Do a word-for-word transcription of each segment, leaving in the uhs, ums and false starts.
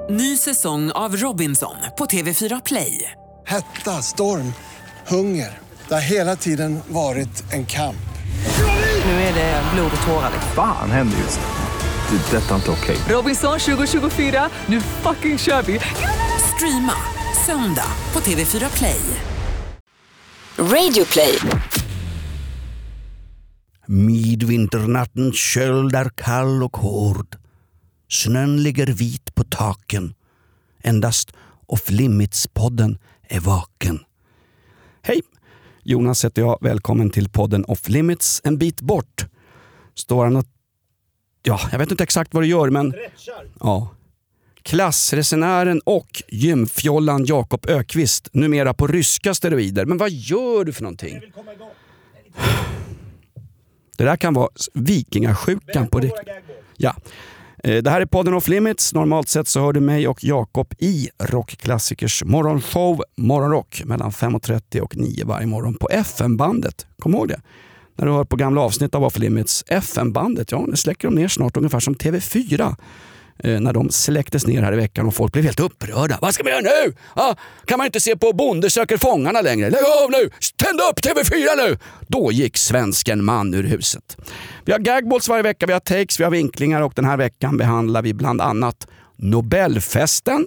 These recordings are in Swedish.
Ny säsong av Robinson på T V fyra Play. Hetta, storm, hunger. Det har hela tiden varit en kamp. Nu är det blod och tårar. Fan händer just det. Det är detta inte okej. Robinson tjugo tjugofyra, nu fucking kör vi. Streama söndag på T V fyra Play. Radio Play. Midvinternattens köld är kall och hård. Snön ligger vit på taken. Endast Off Limits-podden är vaken. Hej, Jonas heter jag. Välkommen till podden Off Limits. En bit bort står han och... Ja, jag vet inte exakt vad du gör, men... Ja. Klassresenären och gymfjollan Jakob Ökvist, numera på ryska steroider. Men vad gör du för någonting? Det där kan vara vikingasjukan på riktigt. Ja. Det här är podden Off Limits. Normalt sett så hör du mig och Jakob i Rockklassikers morgonshow Morgonrock mellan fem och trettio och nio varje morgon på F M-bandet. Kom ihåg det. När du hör på gamla avsnitt av Off Limits, F M-bandet, ja, nu släcker de ner snart ungefär som T V fyra. Eh, när de släcktes ner här i veckan och folk blev helt upprörda. Vad ska man göra nu? Ah, kan man inte se på Bonde söker fångarna längre? Lägg av nu! Tänd upp T V fyra nu! Då gick svensken man ur huset. Vi har gagballs varje vecka, vi har takes, vi har vinklingar och den här veckan behandlar vi bland annat Nobelfesten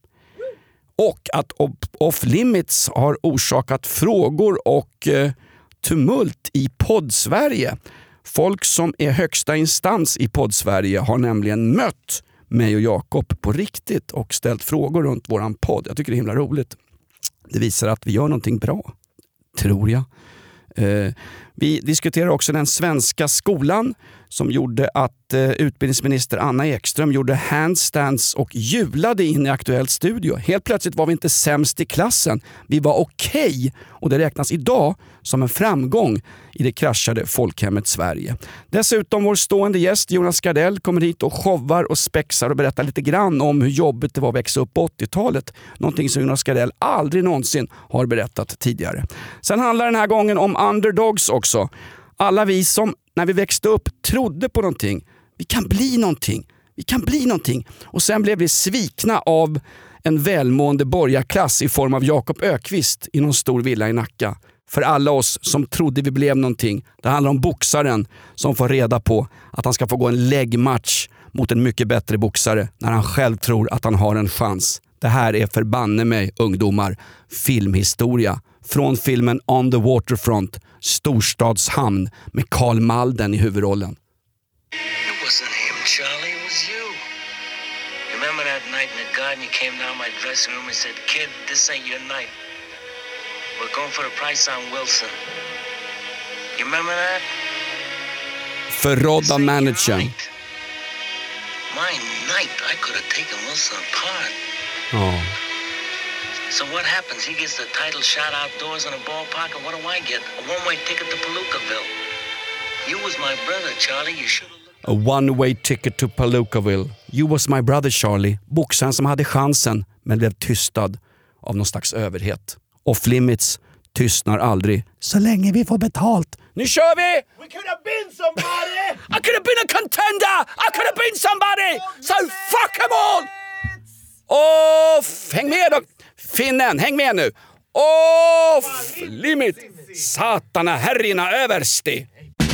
och att Off Limits har orsakat frågor och eh, tumult i Poddsverige. Folk som är högsta instans i Poddsverige har nämligen mött mig och Jakob på riktigt och ställt frågor runt våran podd. Jag tycker det är himla roligt. Det visar att vi gör någonting bra, tror jag. Eh, vi diskuterar också den svenska skolan som gjorde att eh, utbildningsminister Anna Ekström gjorde handstands och julade in i Aktuellt studio. Helt plötsligt var vi inte sämst i klassen. Vi var okej okay, och det räknas idag som en framgång i det kraschade folkhemmet Sverige. Dessutom vår stående gäst Jonas Gardell kommer hit och showar och spexar och berättar lite grann om hur jobbigt det var att växa upp på åttiotalet. Någonting som Jonas Gardell aldrig någonsin har berättat tidigare. Sen handlar den här gången om underdogs också. Alla vi som när vi växte upp trodde på någonting. Vi kan bli någonting. Vi kan bli någonting. Och sen blev vi svikna av en välmående borgarklass i form av Jakob Ökvist i någon stor villa i Nacka. För alla oss som trodde vi blev någonting. Det handlar om boxaren som får reda på att han ska få gå en läggmatch mot en mycket bättre boxare när han själv tror att han har en chans. Det här är förbanne mig, ungdomar, filmhistoria. Från filmen On the Waterfront, Storstadshamn med Karl Malden i huvudrollen. It wasn't him, Charlie, it was you. Remember that night in the garden you came down my dressing room and said, "Kid, this ain't your night. We're going for the price on Wilson." You remember that? Förrådda managern. My night, I could have taken Wilson apart. Ja. So what happens? He gets the title shot outdoors in a ballpark, and what do I get? A one-way ticket to Palookaville. You was my brother, Charlie. You should have looked... A one-way ticket to Palookaville. You was my brother, Charlie. Boxaren som hade chansen, men blev tystad av någon slags överhet. Off Limits tystnar aldrig. Så länge vi får betalt. Nu kör vi! We could have been somebody! I could have been a contender! I could have been somebody! So fuck them all! Åh, häng med då! Finnen, häng med nu! Off Limit! Satana herrina översti!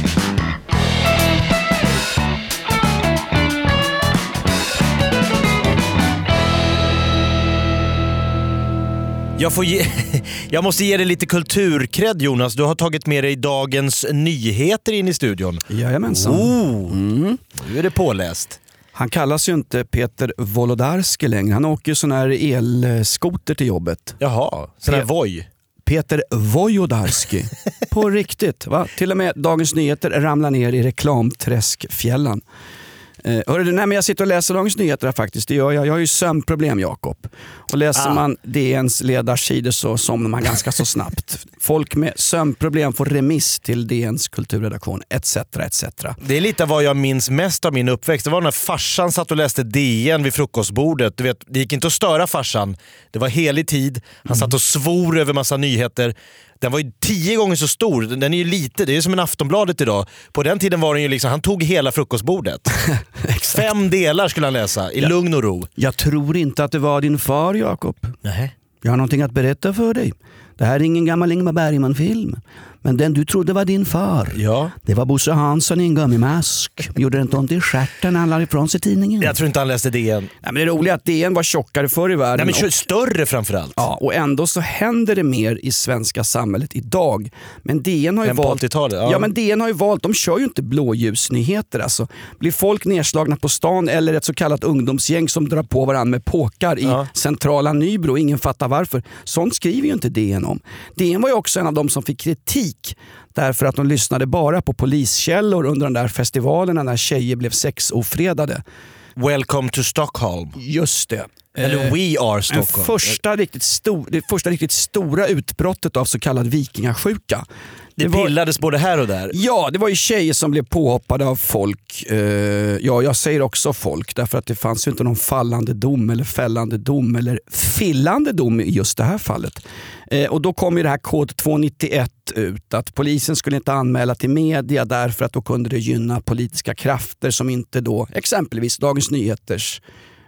Jag, får ge, jag måste ge dig lite kulturkredd, Jonas. Du har tagit med dig dagens nyheter in i studion. Jajamensan. Oh, mm. Nu är det påläst. Han kallas ju inte Peter Wolodarski längre. Han åker ju sån här elskoter till jobbet. Jaha, sån här Voi. Peter Wojdarski. På riktigt, va? Till och med Dagens Nyheter ramlar ner i reklamträskfjällan. Eh, hörru, nej, men jag sitter och läser Dagens Nyheter här faktiskt. Det gör jag. Jag har ju sömnproblem, Jakob. Och läser ah. man D N:s ledarsidor så somnar man ganska så snabbt. Folk med sömnproblem får remiss till D N:s kulturredaktion, et cetera et cetera. Det är lite vad jag minns mest av min uppväxt. Det var när farsan satt och läste D N vid frukostbordet. Du vet, det gick inte att störa farsan. Det var helig tid. Han mm. satt och svor över massa nyheter. Den var ju tio gånger så stor. Den är ju lite, det är ju som en Aftonbladet idag. På den tiden var den ju liksom, han tog hela frukostbordet. Fem delar skulle han läsa, i ja. lugn och ro. Jag tror inte att det var din far, Jakob. Nej. Jag har någonting att berätta för dig. Det här är ingen gammal Ingmar Bergman-film. Men den du trodde var din far. Ja. Det var Bosse Hansson i en gummimask. Gjorde det inte ont i stjärten när han lade ifrån sig tidningen? Jag tror inte han läste D N. Nej, men det är roligt att D N var tjockare förr i världen. Nej, men och, större framförallt. Ja, och ändå så händer det mer i svenska samhället idag. Men D N har ju men valt... åttiotalet, ja. ja, men D N har ju valt... De kör ju inte blåljusnyheter. Alltså. Blir folk nedslagna på stan eller ett så kallat ungdomsgäng som drar på varandra med påkar i ja. centrala Nybro, ingen fattar varför. Sånt skriver ju inte D N om. D N var ju också en av de som fick kritik därför att de lyssnade bara på poliskällor under den där festivalerna när tjejer blev sexofredade. Welcome to Stockholm. Just det. Eller We Are Stockholm. En första riktigt stor, det första riktigt stora utbrottet av så kallad vikingasjuka. Det, det pillades var, både här och där. Ja, det var ju tjejer som blev påhoppade av folk. Eh, ja, jag säger också folk därför att det fanns ju inte någon fallande dom eller fällande dom eller fillande dom i just det här fallet. Eh, och då kom ju det här kod tvåhundranittioett ut att polisen skulle inte anmäla till media därför att då kunde det gynna politiska krafter som inte då exempelvis Dagens Nyheters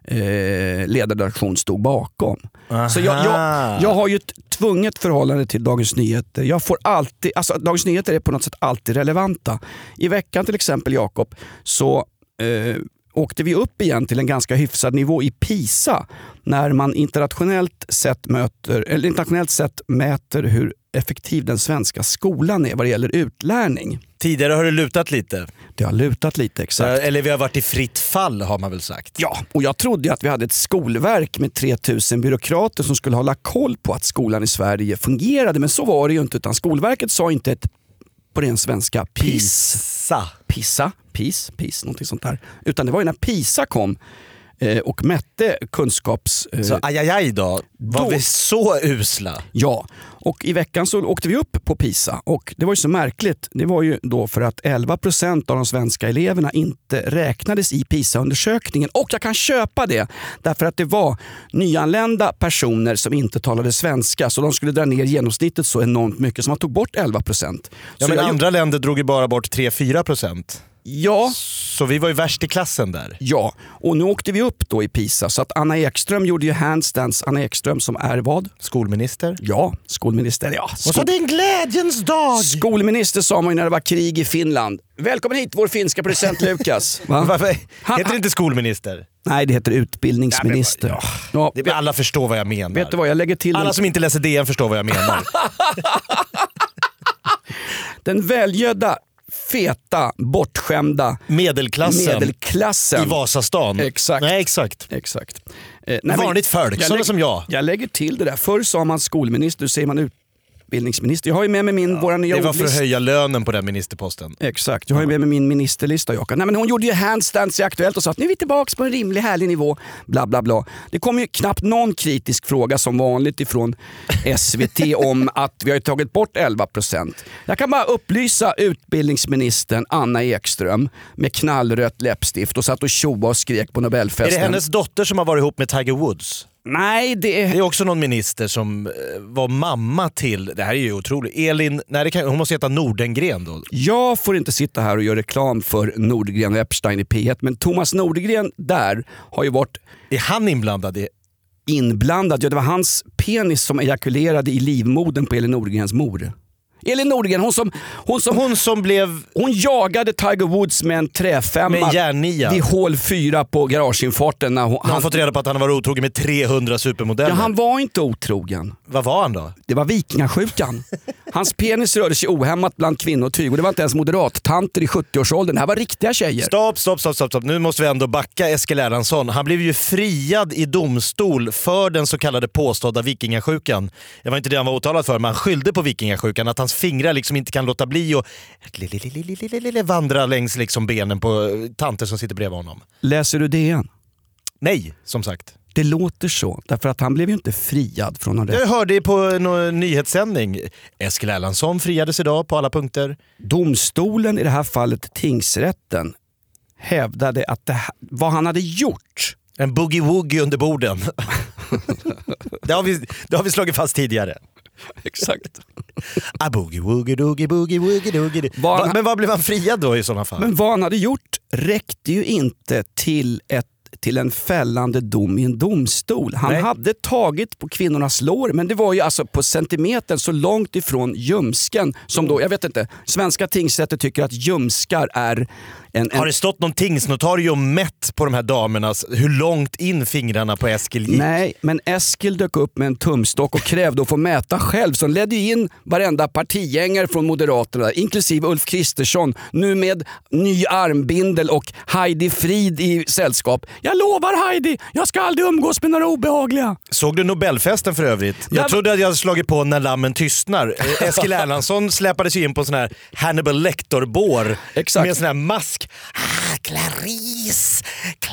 Eh, ledarredaktion stod bakom. Aha. Så jag, jag, jag har ju ett tvunget förhållande till Dagens Nyheter. Jag får alltid, alltså Dagens Nyheter är på något sätt alltid relevanta. I veckan till exempel, Jakob, så eh, åkte vi upp igen till en ganska hyfsad nivå i PISA när man internationellt sett möter, eller internationellt sett mäter hur effektiv den svenska skolan är vad det gäller utlärning. Tidigare har det lutat lite. Det har lutat lite, exakt. Eller vi har varit i fritt fall har man väl sagt. Ja, och jag trodde att vi hade ett skolverk med tre tusen byråkrater som skulle hålla koll på att skolan i Sverige fungerade. Men så var det ju inte, utan Skolverket sa inte ett på den svenska PIS. Pisa. Pisa, PIS, PIS, någonting sånt där. Utan det var ju när PISA kom eh, och mätte kunskaps... Eh, så ajajaj då, var då, vi så usla? Ja, och i veckan så åkte vi upp på PISA och det var ju så märkligt. Det var ju då för att elva procent av de svenska eleverna inte räknades i PISA-undersökningen. Och jag kan köpa det därför att det var nyanlända personer som inte talade svenska så de skulle dra ner genomsnittet så enormt mycket som man tog bort elva procent. Ja, men andra jag... länder drog ju bara bort tre till fyra procent. Ja. Så vi var ju värst i klassen där. Ja, och nu åkte vi upp då i PISA så att Anna Ekström gjorde ju handstands. Anna Ekström som är vad? Skolminister. Ja, skolminister. Ja. Skol- och så det är en glädjens dag! Skolminister sa man ju när det var krig i Finland. Välkommen hit vår finska president Lukas. Varför? Heter det inte skolminister? Nej, det heter utbildningsminister. Ja, men, ja. Det, alla förstår vad jag menar. Vet du vad, jag lägger till... Alla en... som inte läser D N förstår vad jag menar. Den välgödda, feta, bortskämda medelklassen, medelklassen. i Vasastan. Exakt. Nej, exakt. exakt. Eh, nej, vanligt folk, sådana lägger, som jag. Jag lägger till det där. Förr sa man skolminister, säger man utbildningsminister. Jag har ju med mig min, ja, våra nya det var ordlist. för att höja lönen på den ministerposten. Exakt, jag har ju med mig min ministerlista. Jag. Nej, men hon gjorde ju handstands i Aktuellt och sa att nu är vi tillbaka på en rimlig, härlig nivå. Bla bla bla. Det kom ju knappt någon kritisk fråga som vanligt ifrån S V T om att vi har tagit bort elva procent. Jag kan bara upplysa utbildningsministern Anna Ekström med knallrött läppstift och satt och tjoa och skrek på Nobelfesten. Är det hennes dotter som har varit ihop med Tiger Woods? Nej, det är... det är också någon minister som var mamma till, det här är ju otroligt, Elin, nej det kan, hon måste heta Nordengren då. Jag får inte sitta här och göra reklam för Nordegren och Epstein i P ett, men Thomas Nordegren där har ju varit... Är han inblandad i... Inblandad, ja det var hans penis som ejakulerade i livmodern på Elin Nordgrens mor. Elin Nordgren, hon som, hon som... Hon som blev... Hon jagade Tiger Woods med en träfemma med en järnia vid hål fyra på garageinfarten. När hon, han, han fått reda på att han var otrogen med trehundra supermodeller. Ja, han var inte otrogen. Vad var han då? Det var vikingasjukan. Hans penis rörde sig ohämmat bland kvinnotyg och det var inte ens moderat-tanter i sjuttio-årsåldern. Det här var riktiga tjejer. Stopp, stopp, stopp, stopp, stopp. Nu måste vi ändå backa Eskil Erlandsson. Han blev ju friad i domstol för den så kallade påstådda vikingasjukan. Det var inte det han var åtalad för, men han skyllde på vikingasjukan. Att hans fingrar liksom inte kan låta bli och vandra längs liksom benen på tanter som sitter bredvid honom. Läser du det igen? Nej, som sagt. Det låter så, därför att han blev ju inte friad från någon rätt. Jag hörde på en nyhetssändning. Eskil Erlandsson friades idag på alla punkter. Domstolen, i det här fallet tingsrätten, hävdade att det, vad han hade gjort... En boogie-woogie under borden. det, har vi, det har vi slagit fast tidigare. Exakt. A boogie woogie doogie boogie woogie doogie. Vad han- Va, men vad blev han friad då i sådana fall? Men vad han hade gjort räckte ju inte till ett till en fällande dom i en domstol. Han Nej. hade tagit på kvinnornas lår, men det var ju alltså på centimetern så långt ifrån ljumsken som då, jag vet inte, svenska tingsrätter tycker att ljumskar är en... en Har det stått någon tingsnotarie och mätt på de här damernas, hur långt in fingrarna på Eskil gick? Nej, men Eskil dök upp med en tumstock och krävde att få mäta själv. Så ledde ju in varenda partigängare från Moderaterna, inklusive Ulf Kristersson, nu med ny armbindel och Heidi Frid i sällskap. Jag lovar Heidi, jag ska aldrig umgås med några obehagliga. Såg du Nobelfesten för övrigt? Jag Där- trodde att jag hade slagit på När lammen tystnar. Eh, Eskil Erlandsson släpades ju in på en sån här Hannibal Lecter-bår. Exakt. Med en sån här mask. Ah, Clarice!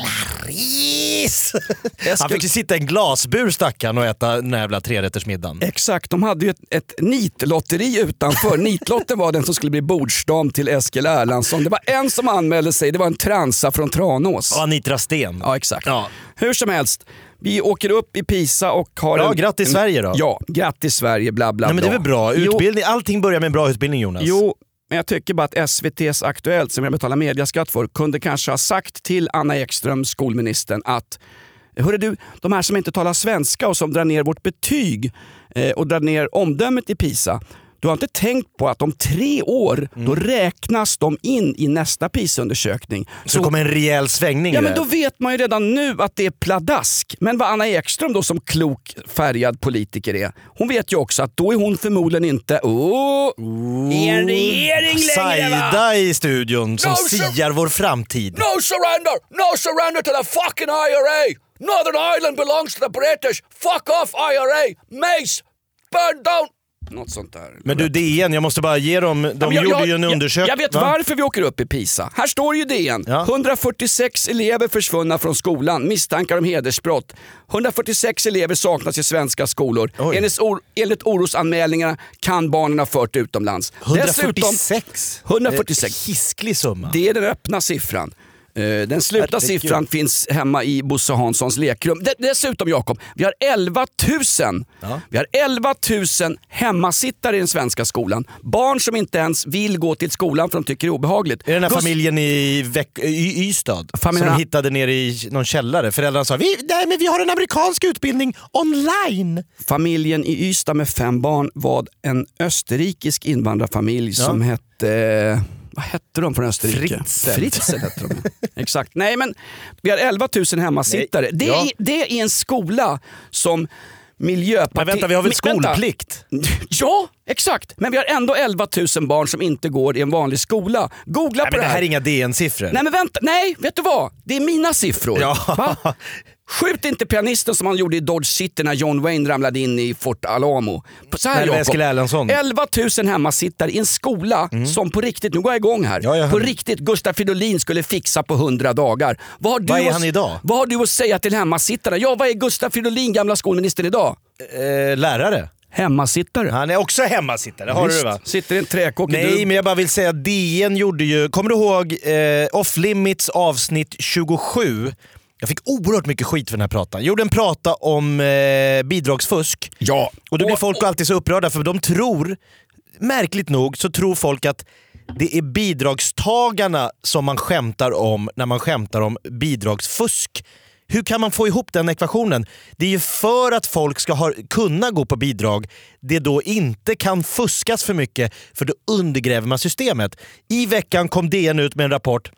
Clarice! Han fick ju sitta i en glasbur stackarn och äta den här jävla trerättersmiddagen. Exakt, de hade ju ett, ett nitlotteri utanför. Nitlotten var den som skulle bli bordsdam till Eskil Erlandsson. Det var en som anmälde sig, det var en transa från Tranås. Och Anitra Sten. Ja, exakt. Ja. Hur som helst, vi åker upp i Pisa och har Ja, en... grattis en, Sverige då. Ja, grattis Sverige, bla bla Nej, men det är bla. väl bra. Jo, Utbildning, allting börjar med en bra utbildning, Jonas. Jo, men jag tycker bara att S V T:s Aktuellt, som jag betalar mediaskatt för, kunde kanske ha sagt till Anna Ekström, skolministern, att hörru du, de här som inte talar svenska och som drar ner vårt betyg eh, och drar ner omdömet i Pisa, du har inte tänkt på att om tre år Mm. då räknas de in i nästa PISA-undersökning. Så det kommer en rejäl svängning Ja, i men det. då vet man ju redan nu att det är pladask. Men vad Anna Ekström då som klok färgad politiker är, hon vet ju också att då är hon förmodligen inte oh, i en regering längre, va? Saida i studion som No, sir. siar vår framtid. No surrender! No surrender to the fucking I R A! Northern Ireland belongs to the British! Fuck off I R A! Mace! Burn down! Något sånt där. Men du, D N, jag måste bara ge dem, de Men jag, gjorde jag, ju en jag, undersökning. jag vet Va? varför vi åker upp i Pisa. Här står ju det igen. Ja. hundrafyrtiosex elever försvunna från skolan. Misstankar om hedersbrott. hundrafyrtiosex elever saknas i svenska skolor. Oj. Enligt, or, enligt orosanmälningarna kan barnen ha fört utomlands. hundrafyrtiosex? hundrafyrtiosex. Eh, Hisklig summa. Det är den öppna siffran. Eh, Den sluta Herregud. siffran finns hemma i Bosse Hanssons lekrum. D- dessutom Jakob, vi har elva tusen. Ja. Vi har elva tusen hemmasittare i den svenska skolan. Barn som inte ens vill gå till skolan för de tycker det är obehagligt. Är det den här Gus- familjen i, Väck, i Ystad Familjerna- som de hittade nere i någon källare? Föräldrarna sa vi, nej, men vi har en amerikansk utbildning online. Familjen i Ystad med fem barn var en österrikisk invandrarfamilj Ja. som hette... Vad hette de från Österrike? Fritzl. Fritzl hette de. Exakt. Nej, men vi har elva tusen hemmasittare. Nej. Det, Ja. är, det är en skola som Miljöpartiet... Men vänta, vi har väl Men vänta. skolplikt? Ja, exakt. Men vi har ändå elva tusen barn som inte går i en vanlig skola. Googla Nej, på men det det här. här är inga D N-siffror. Nej men vänta, nej, vet du vad? Det är mina siffror. Ja. Va? Skjut inte pianisten som han gjorde i Dodge City när John Wayne ramlade in i Fort Alamo. Så här, Nej, det var Jakob. Eskil Erlandsson. elva tusen hemmasittare i en skola som på riktigt, nu går jag igång här, Ja, jag på hör. riktigt Gustaf Fridolin skulle fixa på hundra dagar. Vad, har du Vad är att- han idag? Vad har du att säga till hemmasittare? Ja, vad är Gustaf Fridolin, gamla skolministern, idag? Eh, lärare. Hemmasittare. Han är också hemmasittare, har du Visst, det, va? sitter i en träkåk i Nej, Dub- men jag bara vill säga att D N gjorde ju... Kommer du ihåg eh, Off Limits avsnitt tjugosju? Jag fick oerhört mycket skit för den här pratan. Jag gjorde en prata om eh, bidragsfusk. Ja. Och då blir Och- folk alltid så upprörda för de tror, märkligt nog, så tror folk att det är bidragstagarna som man skämtar om när man skämtar om bidragsfusk. Hur kan man få ihop den ekvationen? Det är ju för att folk ska ha, kunna gå på bidrag det då inte kan fuskas för mycket, för då undergräver man systemet. I veckan kom D N ut med en rapport.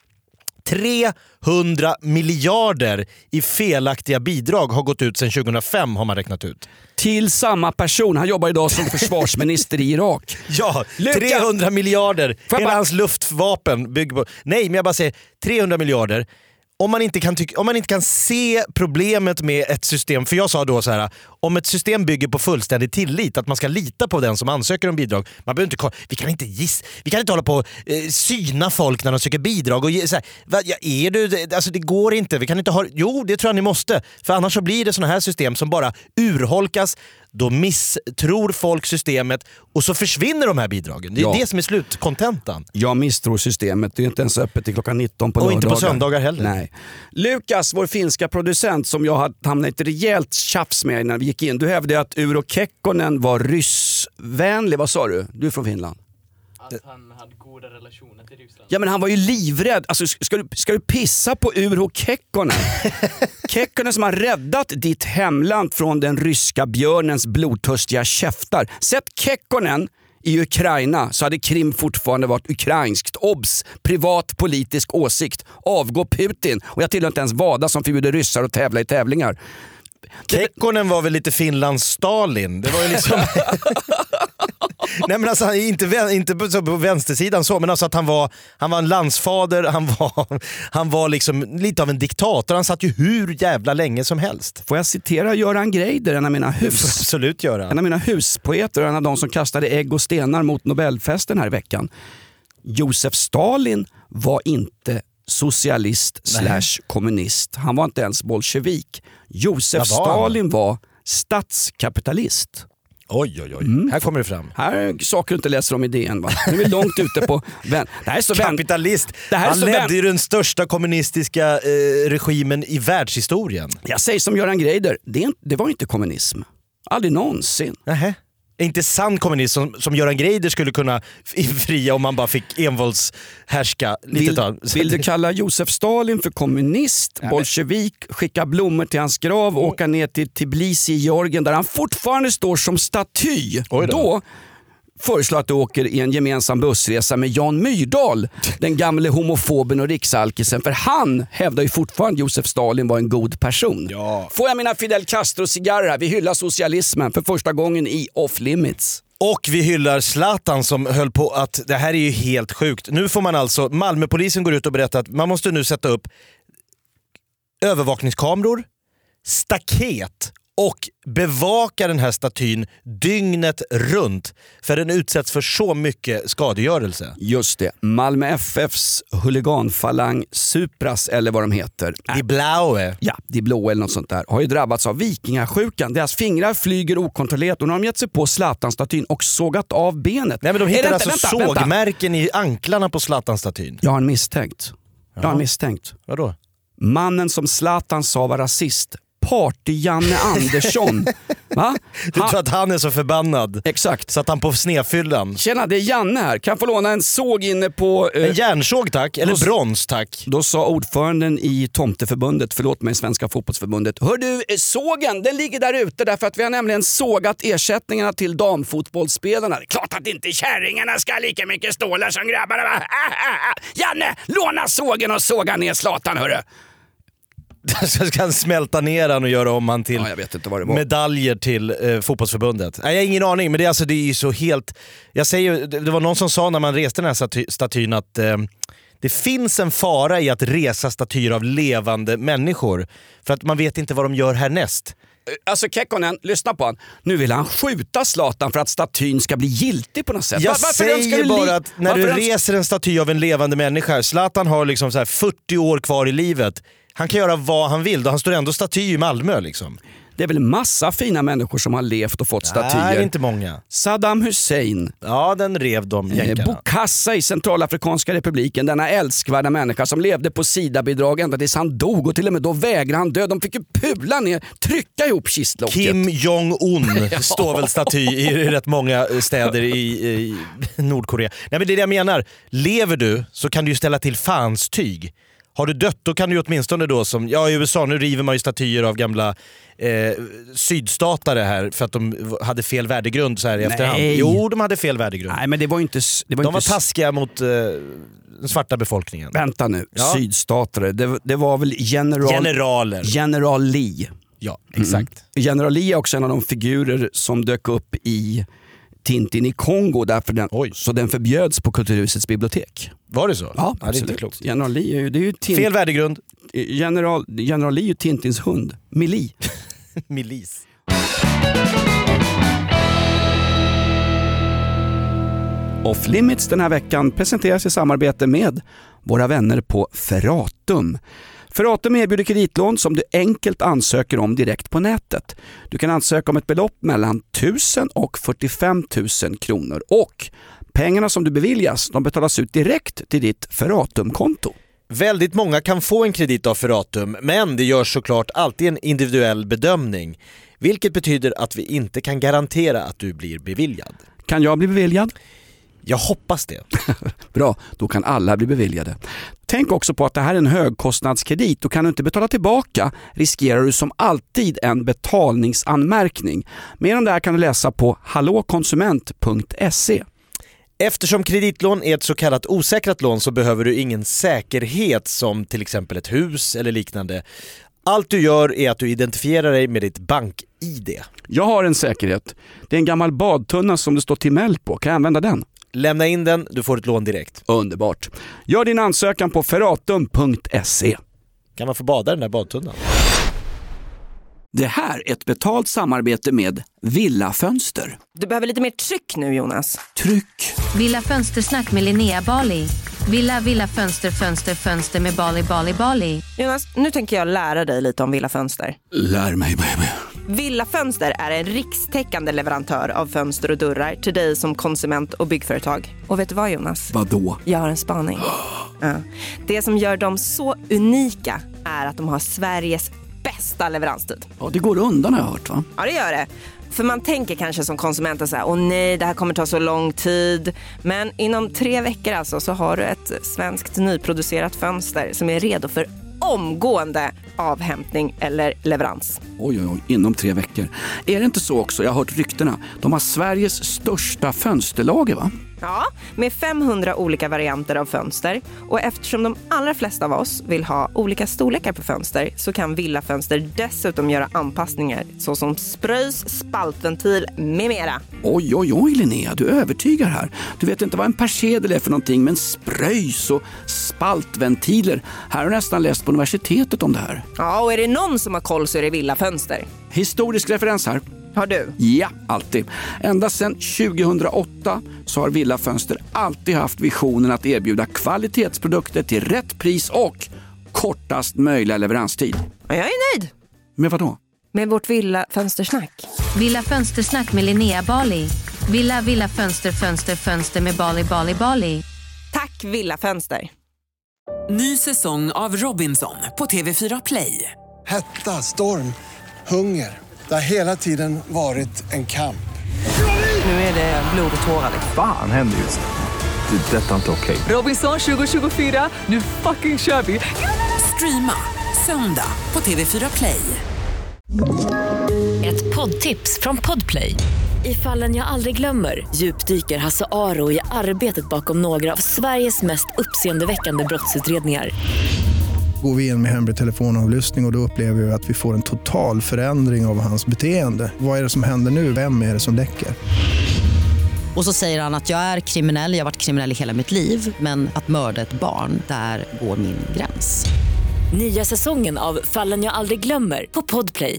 trehundra miljarder i felaktiga bidrag har gått ut sedan tjugohundrafem, har man räknat ut. Till samma person. Han jobbar idag som försvarsminister i Irak. Ja, Luka! trehundra miljarder. Får jag Hela bara- hans luftvapen bygger på... Nej, men jag bara säger trehundra miljarder. Om man, inte kan tycka, om man inte kan se problemet med ett system, för jag sa då så här, om ett system bygger på fullständig tillit, att man ska lita på den som ansöker om bidrag, man behöver inte, ko- vi kan inte giss, vi kan inte hålla på och eh, syna folk när de söker bidrag och ge, så här, va, ja, är du, alltså det går inte, vi kan inte ha, jo det tror jag ni måste, för annars så blir det såna här system som bara urholkas. då misstror folk systemet och så försvinner de här bidragen. Det är Ja. det som är slutkontentan. Jag misstror systemet. Det är inte ens öppet till klockan nitton på Och lördagar. inte på söndagar heller. Nej. Lukas, vår finska producent som jag hade hamnat i ett rejält tjafs med när vi gick in. Du hävdade att Urho Kekkonen var ryssvänlig. Vad sa du? Du är från Finland. Att han hade goda relationer till Ryssland. Ja, men han var ju livrädd. Alltså, ska, du, ska du pissa på Urho Kekkonen? Kekkonen som har räddat ditt hemland från den ryska björnens blodtörstiga käftar. Sätt Kekkonen i Ukraina så hade Krim fortfarande varit ukrainskt. Obs! Privat politisk åsikt. Avgå Putin. Och jag tillhör inte ens Vada som förbjuder ryssar att tävla i tävlingar. Kekkonen var väl lite Finlands Stalin. Det var ju liksom... Nej, men alltså, inte, inte på, på vänstersidan så, men alltså att han var, han var en landsfader, han var, han var liksom lite av en diktator. Han satt ju hur jävla länge som helst. Får jag citera Göran Greider, en av mina hus... Absolut göra. En av mina huspoeter och en av de som kastade ägg och stenar mot Nobelfesten här i veckan. Josef Stalin var inte socialist slash kommunist. Han var inte ens bolsjevik. Josef Vad var han? Stalin var statskapitalist. Oj, oj, oj. Mm. Här kommer det fram. Här är saker du inte läser om i D N, va? Nu är vi långt ute på... Vän. Det här är så vän... Kapitalist. Det här är Han så ledde vän... ju den största kommunistiska eh, regimen i världshistorien. Jag säger som Göran Greider, det, är inte, det var inte kommunism. Aldrig någonsin. Nähä. Är inte sann kommunist som, som Göran Greider skulle kunna fria om man bara fick envåldshärska lite Vill, tag. vill du kalla Josef Stalin för kommunist, Ja, bolsjevik, skicka blommor till hans grav och åka ner till Tbilisi i Georgien där han fortfarande står som staty? Oj då. Då föreslår att du åker i en gemensam bussresa med Jan Myrdal, den gamle homofoben och riksalkisen, för han hävdar ju fortfarande att Josef Stalin var en god person. Ja. Får jag mina Fidel Castro-cigarrer här? Vi hyllar socialismen för första gången i Off Limits. Och vi hyllar Zlatan som höll på att det här är ju helt sjukt. Nu får man alltså, Malmöpolisen går ut och berättar att man måste nu sätta upp övervakningskameror, staket och bevaka den här statyn dygnet runt, för den utsätts för så mycket skadegörelse. Just det, Malmö F Fs huliganfalang Supras eller vad de heter. Die Blaue. Ja, De blå eller något sånt där. Har ju drabbats av vikingasjukan. Deras fingrar flyger okontrollerat och nu har de gett sig på Zlatan-statyn och sågat av benet. Nej, men de Är hittar det alltså inte- vänta, vänta. sågmärken i anklarna på Zlatan-statyn. Jag har en misstänkt. Jag har en misstänkt. Vadå? Mannen som Zlatan sa var rasist. Party-Janne Andersson. Va? Du tror Han, att han är så förbannad exakt. så att han på snefyllan. Tjena, det är Janne här. Kan jag få låna en såg inne på... eh, En järnsåg tack, eller Då- brons tack. Då sa ordföranden i Tomteförbundet, förlåt mig, Svenska fotbollsförbundet. Hör du, eh, sågen, den ligger där ute därför att vi har nämligen sågat ersättningarna till damfotbollsspelarna. Det är klart att inte kärringarna ska ha lika mycket stålar som grabbarna, va? Ah, ah, ah. Janne, låna sågen och såga ner Zlatan, hörru. Så ska han smälta ner han och göra om han till Ja, jag vet inte vad det var. medaljer till eh, fotbollsförbundet. Nej, jag har ingen aning, men det är, alltså, det är ju så helt... Jag säger ju, det, det var någon som sa när man reste den här staty, statyn att eh, det finns en fara i att resa statyer av levande människor. För att man vet inte vad de gör härnäst. Alltså Kekkonen, lyssna på han. Nu vill han skjuta Zlatan för att statyn ska bli giltig på något sätt. Jag Va- varför önskar säger du li- bara att när varför du önskar- reser en staty av en levande människa, Zlatan har liksom så här fyrtio år kvar i livet. Han kan göra vad han vill, då han står ändå staty i Malmö liksom. Det är väl massa fina människor som har levt och fått statyer. Nej, inte många. Saddam Hussein, Ja, den rev de eh, jänkarna. Bokassa i Centralafrikanska republiken, denna älskvärda människa som levde på SIDA-bidrag ända tills han dog och till och med då vägrade han dö. De fick ju pula ner, trycka ihop kistlocket. Kim Jong-Un står väl staty i rätt många städer i, i Nordkorea. Nej, men det är det jag menar. Lever du så kan du ju ställa till fans tyg. Har du dött då kan du ju åtminstone då som, ja i U S A nu river man ju statyer av gamla eh, sydstatare här för att de hade fel värdegrund så här i efterhand. Jo, de hade fel värdegrund. Nej, men det var inte... Det var De inte var taskiga mot eh, den svarta befolkningen. Vänta nu, Ja. sydstatare. Det, det var väl general... Generaler. General Lee. Ja, exakt. General Lee är också en av de figurer som dök upp i Tintin i Kongo, därför den, Oj. så den förbjöds på Kulturhusets bibliotek. Var det så? Ja, det är inte absolut. klokt. General Lee är ju, det är ju Tin- Fel värdegrund. General, General Lee är ju Tintins hund, Millie. Milis. Off Limits den här veckan presenteras i samarbete med våra vänner på Ferratum. Ferratum erbjuder kreditlån som du enkelt ansöker om direkt på nätet. Du kan ansöka om ett belopp mellan tusen och fyrtiofem tusen kronor och pengarna som du beviljas de betalas ut direkt till ditt Ferratum-konto. Väldigt många kan få en kredit av Ferratum, men det görs såklart alltid en individuell bedömning. Vilket betyder att vi inte kan garantera att du blir beviljad. Kan jag bli beviljad? Jag hoppas det. Bra, då kan alla bli beviljade. Tänk också på att det här är en högkostnadskredit. Då kan du inte betala tillbaka riskerar du som alltid en betalningsanmärkning. Mer om det här kan du läsa på hallåkonsument punkt se. Eftersom kreditlån är ett så kallat osäkrat lån så behöver du ingen säkerhet som till exempel ett hus eller liknande. Allt du gör är att du identifierar dig med ditt bank-I D. Jag har en säkerhet. Det är en gammal badtunna som det står Timell på. Kan jag använda den? Lämna in den, du får ett lån direkt. Underbart. Gör din ansökan på ferratum punkt se. Kan man få bada den där badtunnan? Det här är ett betalt samarbete med Villa Fönster. Du behöver lite mer tryck nu, Jonas. Tryck. Villa Fönstersnack med Linnea Bali. Villa, Villa Fönster, Fönster, Fönster med Bali, Bali, Bali. Jonas, nu tänker jag lära dig lite om Villa Fönster. Lär mig, baby. Villa Fönster är en rikstäckande leverantör av fönster och dörrar till dig som konsument och byggföretag. Och vet du vad, Jonas? Vadå? Jag har en spaning. Ja. Det som gör dem så unika är att de har Sveriges bästa leveranstid. Ja, det går undan har jag hört, va? Ja, det gör det. För man tänker kanske som konsument så här, åh nej, det här kommer ta så lång tid. Men inom tre veckor alltså så har du ett svenskt nyproducerat fönster som är redo för omgående avhämtning eller leverans. Oj, oj, oj, inom tre veckor. Är det inte så också? Jag har hört ryktena. De har Sveriges största fönsterlager, va? Ja, med femhundra olika varianter av fönster. Och eftersom de allra flesta av oss vill ha olika storlekar på fönster så kan Villa Fönster dessutom göra anpassningar såsom spröjs, spaltventil med mera. Oj, oj, oj, Linnea, du övertygar här. Du vet inte vad en persedel är för någonting, men spröjs och spaltventiler. Här har jag nästan läst på universitetet om det här. Ja, och är det någon som har koll så är det Villa Fönster. Historisk referens här. Har du? Ja, alltid. Ända sedan tjugohundraåtta så har Villa Fönster alltid haft visionen att erbjuda kvalitetsprodukter till rätt pris och kortast möjliga leveranstid. Ja, jag är nöjd. Med vad då? Med vårt Villa Fönstersnack. Villa Fönstersnack med Linnea Bali. Villa, Villa Fönster, Fönster, Fönster med Bali, Bali, Bali. Tack Villa Fönster. Ny säsong av Robinson på T V fyra Play. Hetta, storm, hunger. Det har hela tiden varit en kamp. Nu är det blod och tårar. Fan händer just det. Det är detta inte okej. Robinson tjugo tjugofyra, nu fucking kör vi. Streama söndag på T V fyra Play. Ett poddtips från Podplay. I Fallen jag aldrig glömmer djupdyker Hasse Aro i arbetet bakom några av Sveriges mest uppseendeväckande brottsutredningar. Går vi in med hemlig telefonavlyssning och, och då upplever vi att vi får en total förändring av hans beteende. Vad är det som händer nu? Vem är det som läcker? Och så säger han att jag är kriminell, jag har varit kriminell i hela mitt liv. Men att mörda ett barn, där går min gräns. Nya säsongen av Fallen jag aldrig glömmer på Podplay.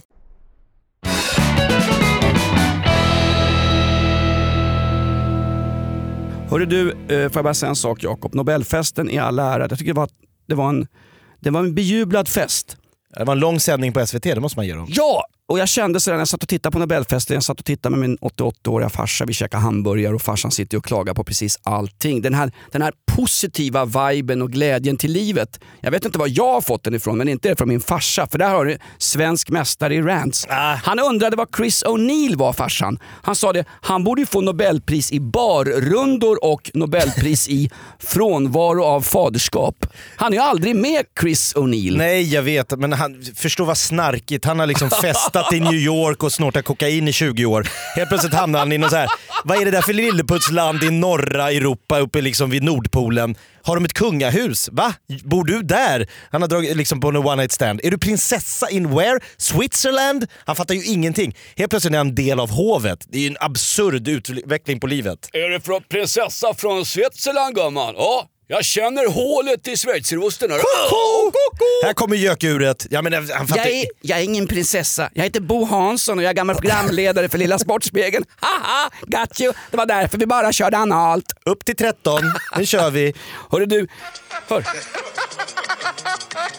Hörru du, får jag bara säga en sak, Jakob. Nobelfesten i all ära. Jag tycker det var, det var en Det var en bejublad fest. Det var en lång sändning på S V T, det måste man ge dem. Ja! Och jag kände så när jag satt och tittade på Nobelfesten, jag satt och tittade med min åttioåttaåriga farsa, vi käkade hamburgare och farsan sitter och klagar på precis allting. Den här, den här positiva viben och glädjen till livet. Jag vet inte vad jag har fått den ifrån, men inte det från min farsa, för där har du svensk mästare i rants. Ah. Han undrade vad Chris O'Neill var, farsan. Han sa det, han borde ju få Nobelpris i barrundor och Nobelpris i frånvaro av faderskap. Han är ju aldrig med, Chris O'Neill. Nej, jag vet, men han förstår vad snarkigt. Han har liksom festat i New York och snortat kokain i tjugo år. Helt plötsligt hamnar han i någon så här, vad är det där för lilleputsland i norra Europa uppe liksom vid Nordpolen? Har de ett kungahus? Va? Bor du där? Han har dragit liksom på en one night stand. Är du prinsessa in where? Switzerland? Han fattar ju ingenting. Helt plötsligt är han en del av hovet. Det är ju en absurd utveckling på livet. Är det från prinsessa från Switzerland, gumman? Ja. Jag känner hålet i schweizerosten. Här kommer gökuret. Jag, menar, han fattar... jag, är, jag är ingen prinsessa. Jag heter Bo Hansson och jag är gammal programledare för Lilla Sportspegeln. Haha, got you. Det var därför vi bara körde analt. Upp till tretton, nu kör vi. Hörru du, hör.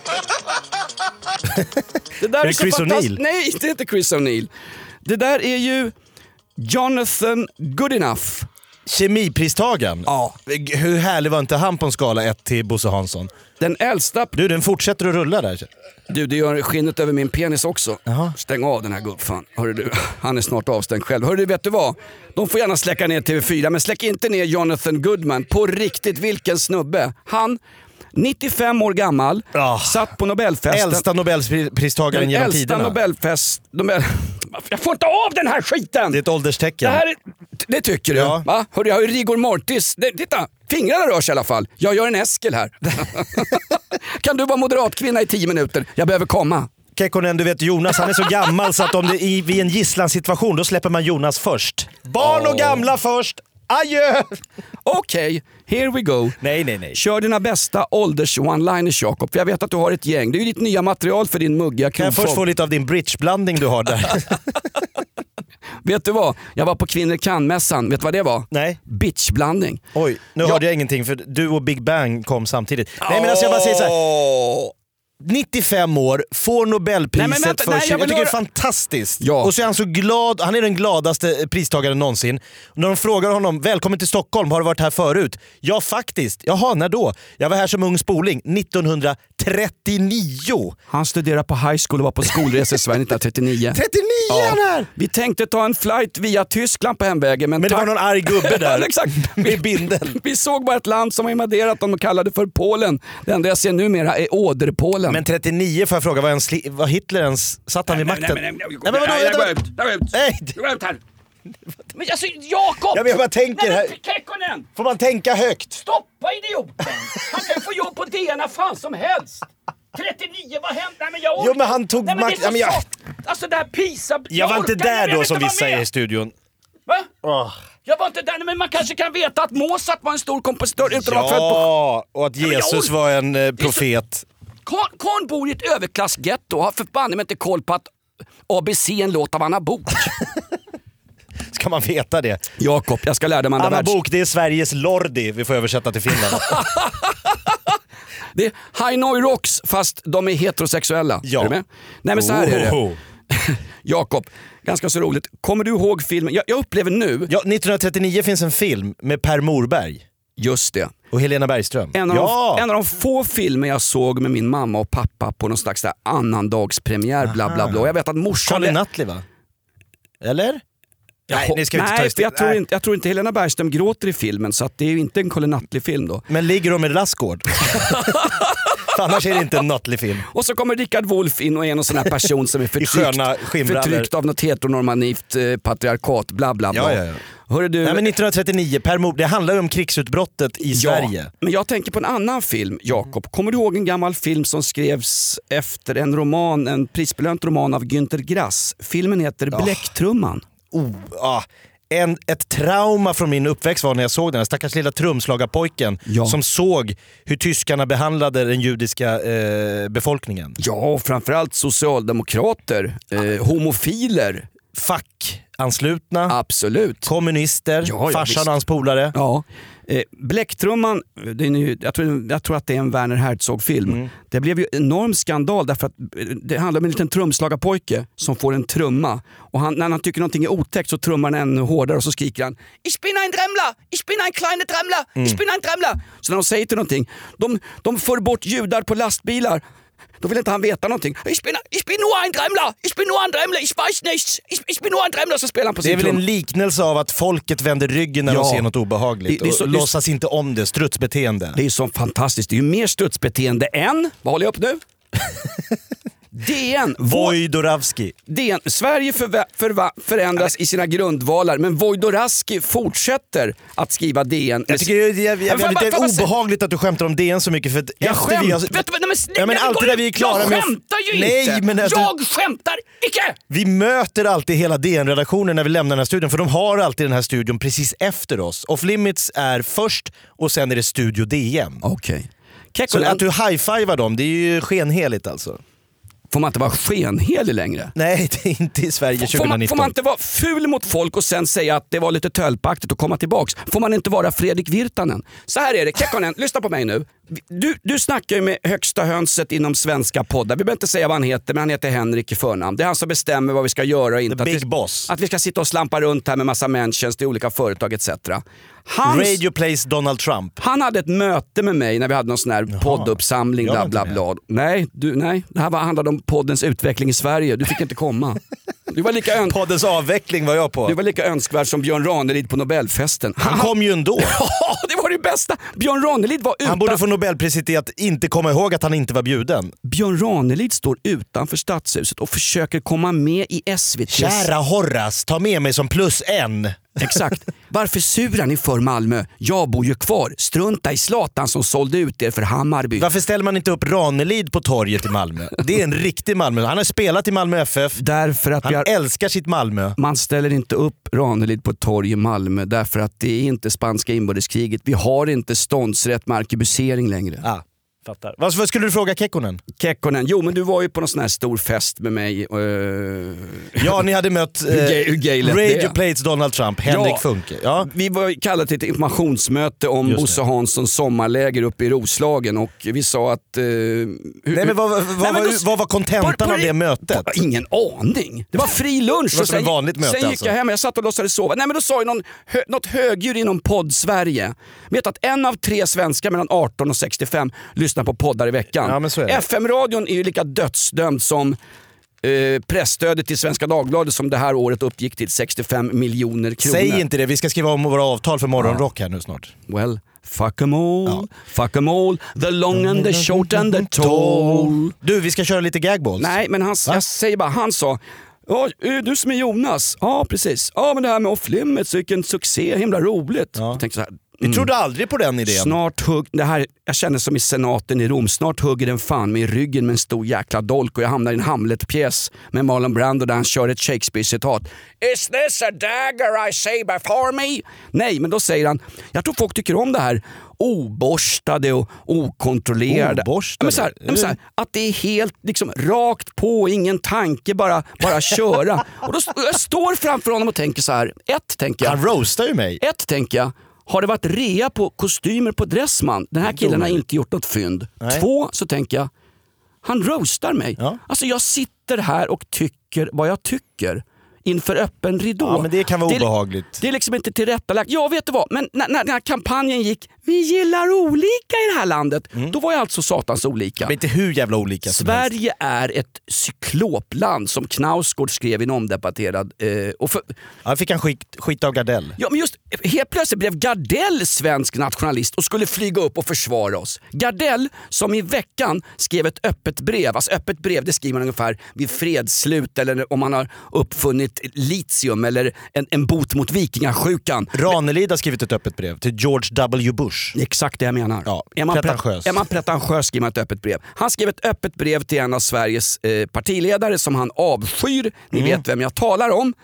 Det där Är är, det så Chris fantastiskt. O'Neill? Nej, det är inte Chris O'Neill. Det där är ju Jonathan Goodenough. Kemipristagaren? Ja. Hur härlig var inte han på en skala ett till Bosse Hansson? Den äldsta... Du, den fortsätter att rulla där. Du, det gör skinnet över min penis också. Jaha. Stäng av den här gubbfan. Hörru du, han är snart avstängd själv. Hörru du, vet du vad? De får gärna släcka ner T V fyra, men släck inte ner Jonathan Goodman. På riktigt, vilken snubbe. Han, nittiofem år gammal, oh. satt på Nobelfesten. Äldsta Nobelpristagaren genom äldsta tiderna. Nobelfest... Nobel... Jag får inte av den här skiten! Det är ett ålderstecken. Det, här är... det tycker du? Ja. Va? Hörru, jag har ju rigor mortis. Det, titta, fingrarna rör sig i alla fall. Jag gör en Eskil här. Kan du vara moderatkvinna i tio minuter? Jag behöver komma. Kekkonen, du vet Jonas, han är så gammal så att om det i, vid en gisslansituation då släpper man Jonas först. Barn och gamla först. Adjö! Okej, okay, here we go. Nej, nej, nej. Kör dina bästa ålders one-liners, Jakob. För jag vet att du har ett gäng. Det är ju ditt nya material för din muggiga Kan jag krogfolk. först få lite av din bridgeblandning du har där? Vet du vad? Jag var på Kvinnor kan-mässan. Vet du vad det var? Nej. Bitchblandning. Oj, nu jag... hörde jag ingenting för du och Big Bang kom samtidigt. Oh. Nej men alltså jag bara säger så här. nittiofem år, får Nobelpriset nej, vänta, för nej, sig. jag, Jag tycker höra... det är fantastiskt. Ja. Och så är han så glad, han är den gladaste pristagaren någonsin. Och när de frågar honom, välkommen till Stockholm, har du varit här förut? Ja faktiskt, jaha när då? Jag var här som ung spoling, nittonhundratrettionio. Han studerade på high school och var på skolresa i Sverige nittonhundratrettionio. trettionio ja. Han här! Vi tänkte ta en flight via Tyskland på hemvägen. Men, men det tack... var någon arg gubbe där. Exakt. Med bindel. Vi såg bara ett land som har invaderat dem och kallade för Polen. Det enda jag ser numera är Åderpolen. Men trettionio får jag fråga, var, ens, var Hitler ens, satt han vid makten? Nej, nej, nej, nej, nej, nej, nej, nej, nej, nej, nej, nej, nej, men alltså, Jakob! Ja, men jag bara tänker nej, här. Kekkonen! Får man tänka högt? Stoppa idioten! Han kan få jobb på D N när fan som helst. trettionio, vad hände? Nej, men jag jo, men han tog makt. Ja, jag... Alltså det här Pisa... Jag, jag var inte där då som vi säger i studion. Va? Oh. Jag var inte där, men man kanske kan veta att Mozart var en stor kompositör utan ja, att vara född på... och att Jesus var en eh, profet. Karn bor i ett överklassgetto och har förbanne mig inte koll på att A B C är en låt av Anna Bok. Ska man veta det? Jakob, jag ska lära dig Amanda Anna Världs... Bok, det är Sveriges Lordi, vi får översätta till Finland. Det är Hanoi Rocks fast de är heterosexuella. Ja. Är du med? Nej men så här är oh. det. Jakob, ganska så roligt. Kommer du ihåg filmen? Jag, jag upplever nu... Ja, nittonhundratrettionio finns en film med Per Morberg. Just det. Och Helena Bergström. En av, ja. de, en av de få filmer jag såg med min mamma och pappa på någon slags där annandagspremiär, bla bla bla. Och jag vet att morsan... Colin Nutley va? Eller? Nej, nej, ska vi inte nej ta jag, tror inte, jag tror inte Helena Bergström gråter i filmen, så att det är ju inte en Colin Nutley-film då. Men ligger de med Rassgård? Annars är det inte en Nutley-film. Och så kommer Richard Wolff in och är någon sån här person som är förtryckt, förtryckt av något heteronormativt eh, patriarkat, bla bla bla. Ja, ja, ja. Hörru du, nej, men nittonhundratrettionio, Per Mor- det handlar ju om krigsutbrottet i ja, Sverige. Men jag tänker på en annan film, Jakob. Kommer du ihåg en gammal film som skrevs efter en roman, en prisbelönt roman av Günter Grass? Filmen heter oh. Bläcktrumman. Oh, ah. En, ett trauma från min uppväxt var när jag såg den här stackars lilla trumslagarpojken ja. som såg hur tyskarna behandlade den judiska eh, befolkningen. Ja, och framförallt socialdemokrater, eh, homofiler, fackanslutna, absolut, kommunister, ja, ja, farsan visst. och hans polare. Ja. Eh, Bläcktrumman, det är nu, jag, tror, jag tror att det är en Werner Herzog-film. Mm. Det blev ju enorm skandal därför att det handlar om en liten trumslagarpojke som får en trumma. Och han, när han tycker någonting är otäckt så trummar han ännu hårdare och så skriker han Ich bin ein Dremler! Ich bin ein kleiner Dremler! Mm. Ich bin ein Dremler! Så när de säger till någonting, de, de för bort judar på lastbilar. Då vill inte han veta någonting. Ich bin, ich bin nur ein Dremler! Ich bin nur ein Dremler! Ich weiß nichts! Ich, ich bin nur ein Dremler! Så spelar han på sin Det är väl trum. en liknelse av att folket vänder ryggen när ja. de ser något obehagligt. Det, det så, och låtsas inte om det. Strutsbeteende. Det är så fantastiskt. Det är ju mer strutsbeteende än... Vad håller jag upp nu? D N. Wojdorawski. D N. Sverige förva- förva- förändras i sina grundvalar, men Wojdorawski fortsätter att skriva D N. Jag tycker det är, jag, jag, jag, lite bara, obehagligt att du skämtar om D N så mycket. För jag skämt. Vi har, vet du, nej, men, ja, men alltid där vi är klara jag med... skämtar ju nej, inte. Men alltså, jag skämtar icke. Vi möter alltid hela D N-redaktionen när vi lämnar den här studion. För de har alltid den här studion precis efter oss. Off Limits är först och sen är det Studio D N. Okej. Okay. Så att du high-fivar dem, det är ju skenheligt alltså. Får man inte vara skenhelig längre? Nej, det är inte i Sverige tjugonitton. Får man, får man inte vara ful mot folk och sen säga att det var lite tölpaktigt att komma tillbaks? Får man inte vara Fredrik Virtanen? Så här är det, Kekkonen, lyssna på mig nu. Du, du snackar ju med högsta hönset inom svenska poddar. Vi behöver inte säga vad han heter, men han heter Henrik i förnamn. Det är han som bestämmer vad vi ska göra och inte. The att big vi, boss. Att vi ska sitta och slampa runt här med massa mentions till olika företag et cetera. Hans, Radio plays Donald Trump. Han hade ett möte med mig när vi hade någon sån här podduppsamling. Bla, bla, bla. Nej, du, nej, det här var, handlade om poddens utveckling i Sverige. Du fick inte komma. Du var lika ön- Poddens avveckling var jag på. Du var lika önskvärd som Björn Ranelid på Nobelfesten. Han kom ju ändå. Ja, det var det bästa. Björn Ranelid var utan... Han borde få Nobelpriset i att inte komma ihåg att han inte var bjuden. Björn Ranelid står utanför Stadshuset och försöker komma med i S V T. Kära Horace, ta med mig som plus en. Exakt. Varför surar ni för Malmö? Jag bor ju kvar. Strunta i Zlatan som sålde ut er för Hammarby. Varför ställer man inte upp Ranelid på torget i Malmö? Det är en riktig Malmö. Han har spelat i Malmö F F. Därför att han vi har... älskar sitt Malmö. Man ställer inte upp Ranelid på torg i Malmö därför att det är inte spanska inbördeskriget. Vi har inte ståndsrätt med arkebusering längre. Ah. Fattar. Vad, vad skulle du fråga Kekkonen? Kekkonen, jo men du var ju på någon sån här stor fest med mig. Uh... Ja, ni hade mött uh, Radio Plates Donald Trump, Henrik ja, Funke. Ja. Vi var kallade till ett informationsmöte om Bosse Hanssons sommarläger uppe i Roslagen och vi sa att... Uh, hur, Nej men vad, vad, nej, vad, men då, vad var kontentan av det mötet? Ingen aning. Det var fri lunch. Det var som ett vanligt möte. Sen gick alltså. jag hem och jag satt och låtsades sova. Nej men då sa ju någon, hö, något högdjur inom podd-Sverige. Vet att en av tre svenskar mellan arton och sextiofem lyssnar på poddar i veckan. Ja, men så är det. F M-radion är ju lika dödsdömd som eh, pressstödet till Svenska Dagbladet som det här året uppgick till sextiofem miljoner kronor. Säg inte det, vi ska skriva om våra avtal för morgonrock här nu snart. Well, fuck em all, ja. fuck em all, the long and the short and the tall. Du, vi ska köra lite gagballs. Nej, men han, jag säger bara, han sa... Ja, du som är Jonas. Ja, precis. Ja, men det här med Off Limits, vilken succé, himla roligt. Ja. Jag tänkte så här, Vi mm. trodde aldrig på den idén. Snart hugg, det här, jag känner som i senaten i Rom, snart hugger den fan med i ryggen med en stor jäkla dolk och jag hamnar i en Hamlet-pjäs med Marlon Brando där han kör ett Shakespeare-citat. Is this a dagger I see before me? Nej, men då säger han, jag tror folk tycker om det här oborstade och okontrollerade. Oborstade? Men så här, men så här, att det är helt liksom rakt på, ingen tanke, bara, bara köra. Och då jag står framför honom och tänker så här, ett tänker jag. Han roastar ju mig. Ett tänker jag. Har det varit rea på kostymer på Dressman? Den här killen har inte gjort något fynd. Nej. Två, så tänker jag, han roastar mig. Ja. Alltså jag sitter här och tycker vad jag tycker inför öppen ridå. Ja, men det kan vara det, obehagligt. Det är liksom inte tillrättalagt. Ja, vet du vad? Men när, när den här kampanjen gick, vi gillar olika i det här landet, mm. då var jag alltså satans olika. Men inte hur jävla olika som Sverige helst. är ett cyklopland som Knausgård skrev i en omdebatterad... Eh, och för, ja, fick han skit, skit av Gardell. Ja, men just helt plötsligt blev Gardell svensk nationalist och skulle flyga upp och försvara oss. Gardell som i veckan skrev ett öppet brev. Alltså öppet brev, det skriver man ungefär vid fredsslut eller om man har uppfunnit litium eller en, en bot mot vikingasjukan. Ranelid har skrivit ett öppet brev till George W. Bush. Exakt det jag menar. Ja, är man pretentiös. Är man pretentiös skriver man ett öppet brev. Han skrev ett öppet brev till en av Sveriges eh, partiledare som han avskyr. Ni mm. vet vem jag talar om.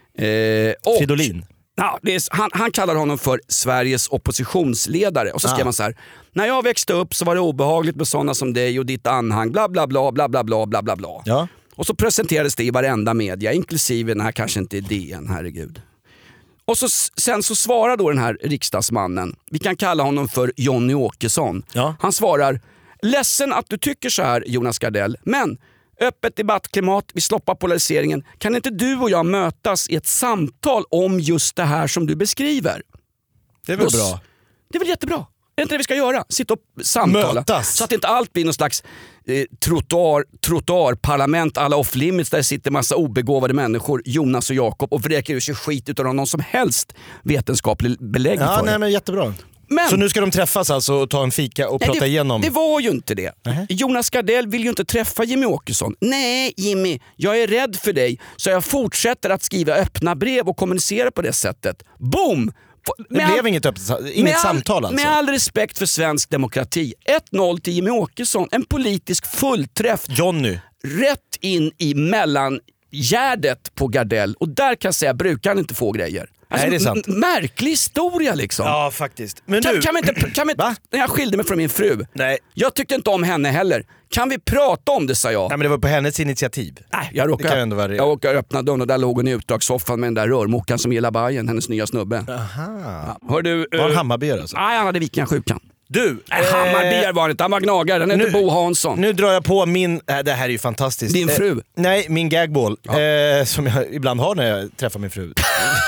Eh, och, Fridolin. Ja, det är, han, han kallar honom för Sveriges oppositionsledare. Och så skrev ah. han så här: när jag växte upp så var det obehagligt med sådana som dig och ditt anhang. Bla bla bla bla bla bla bla bla bla. Ja. Och så presenterades det i varenda media, inklusive den här kanske inte är D N, herregud. Och så, sen så svarar då den här riksdagsmannen, vi kan kalla honom för Johnny Åkesson. Ja. Han svarar, ledsen att du tycker så här Jonas Gardell, men öppet debattklimat, vi stoppar polariseringen. Kan inte du och jag mötas i ett samtal om just det här som du beskriver? Det är väl då, bra? Det är väl jättebra. Det är inte det vi ska göra. Sitta och samtala. Mötas. Så att inte allt blir någon slags eh, trottoar, trottoarparlament alla off limits där det sitter massa obegåvade människor, Jonas och Jakob, och vräker ur sig skit utan någon som helst vetenskaplig belägg ja, för nej, det. Men jättebra. Men, så nu ska de träffas alltså och ta en fika och nej, prata det, igenom? Det var ju inte det. Uh-huh. Jonas Gardell vill ju inte träffa Jimmy Åkesson. Nej Jimmy, jag är rädd för dig, så jag fortsätter att skriva öppna brev och kommunicera på det sättet. Boom! Det med blev all, inget, öppet, inget all, samtal alltså? Med all respekt för svensk demokrati. ett noll till Jimmy Åkesson. En politisk fullträff. Johnny. Rätt in i mellangärdet på Gardell. Och där kan jag säga, brukar han inte få grejer. Alltså, nej, det är sant. M- märklig historia liksom. Ja, faktiskt. Men kan, du... kan vi inte, kan vi, när jag skilde mig från min fru. Nej. Jag tyckte inte om henne heller. Kan vi prata om det, sa jag. Nej, men det var på hennes initiativ. Nej, jag råkade, jag råkade öppna dörren och där låg hon i utdragssoffan med den där rörmokan som gillar Bajen, hennes nya snubbe. Aha. Ja. Hör du, var han uh, Hammarby alltså? Nej, han hade vikingasjukan. Du, Nej, Hammarbyar var det inte, han var gnagare, den heter Bo Hansson. Nu drar jag på min, äh, det här är ju fantastiskt. Din fru? Eh, nej, min gagball. Ja. Eh, som jag ibland har när jag träffar min fru.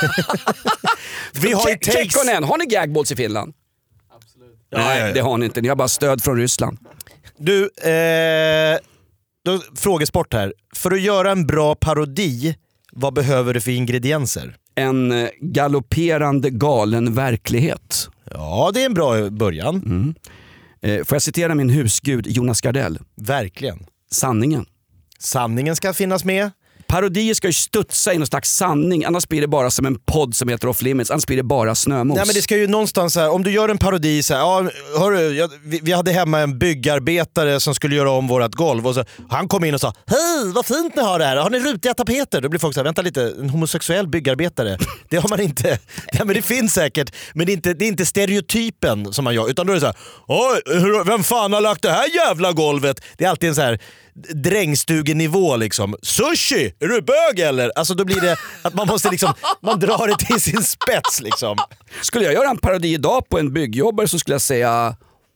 Vi har ju takes... Kekkonen, har ni gagballs i Finland? Absolut. Nej, ja, ja. Det har ni inte, ni har bara stöd från Ryssland. Du, eh, då, frågesport här. För att göra en bra parodi, vad behöver du för ingredienser? En galopperande galen verklighet. Ja, det är en bra början. Mm. Eh, får jag citera min husgud Jonas Gardell? Verkligen. Sanningen. Sanningen ska finnas med. Parodier ska ju studsa i någon slags sanning, annars blir det bara som en podd som heter Off Limits, annars blir det bara snömos. Nej, men det ska ju någonstans här, om du gör en parodi så här, ja, hörru, jag, vi, vi hade hemma en byggarbetare som skulle göra om vårat golv och så, han kom in och sa, hej vad fint ni har det här, har ni rutiga tapeter? Då blir folk så här, vänta lite, en homosexuell byggarbetare, det har man inte. Ja, men det finns säkert, men det är inte, det är inte stereotypen som man gör, utan då är det så här, oj, vem fan har lagt det här jävla golvet? Det är alltid en så här drängstugenivå liksom. Sushi, är du bög eller? Alltså då blir det att man måste liksom, man drar det till sin spets liksom. Skulle jag göra en parodi idag på en byggjobbare så skulle jag säga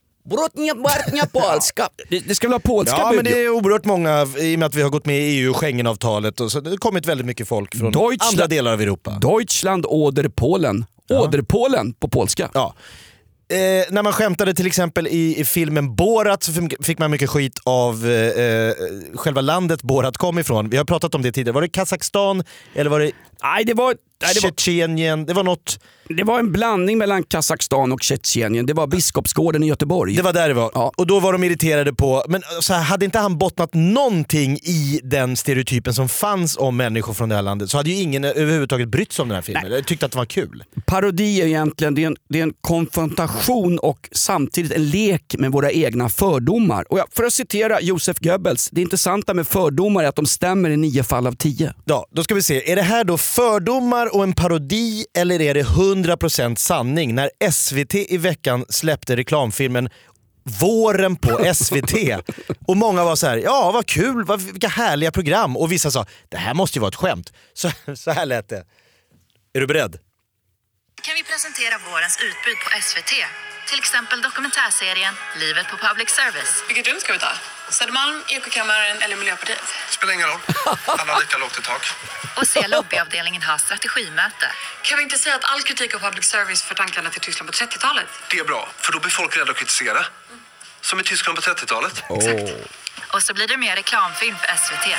polska. Det, det ska väl vara polska. Ja, men det är oerhört många i och med att vi har gått med i E U och Schengenavtalet och så det har kommit väldigt mycket folk från Deutschland, andra delar av Europa. Deutschland, Oder, Polen. Ja. Oder-Polen på polska. Ja. Eh, när man skämtade till exempel i, i filmen Borat så fick man mycket skit av eh, själva landet Borat kom ifrån. Vi har pratat om det tidigare. Var det Kazakstan eller var det... Nej, det var... Tjetjenien, det var något... Det var en blandning mellan Kazakstan och Tjetjenien. Det var Biskopsgården i Göteborg. Det var där det var. Ja. Och då var de irriterade på... Men så här, hade inte han bottnat någonting i den stereotypen som fanns om människor från det här landet så hade ju ingen överhuvudtaget brytt sig om den här filmen. Jag tyckte att det var kul. Parodi är egentligen det är en, det är en konfrontation och samtidigt en lek med våra egna fördomar. Och ja, för att citera Josef Goebbels, det intressanta med fördomar är att de stämmer i nio fall av tio. Ja, då ska vi se. Är det här då fördomar och en parodi eller är det hundra procent sanning när S V T i veckan släppte reklamfilmen Våren på S V T och många var så här, ja vad kul, vad, vilka härliga program och vissa sa, det här måste ju vara ett skämt. Så, så här lät det. Är du beredd? Kan vi presentera vårens utbud på S V T? Till exempel dokumentärserien Livet på Public Service. Vilket rum ska vi ta? Södermalm, Ekokammaren eller Miljöpartiet? Spelar ingen roll. Alla har lika lågt i tak. Och se lobbyavdelningen ha strategimöte. Kan vi inte säga att all kritik av public service för tankarna till Tyskland på trettiotalet? Det är bra, för då blir folk rädda att kritisera. Som i Tyskland på trettiotalet. Oh. Exakt. Och så blir det mer reklamfilm för S V T.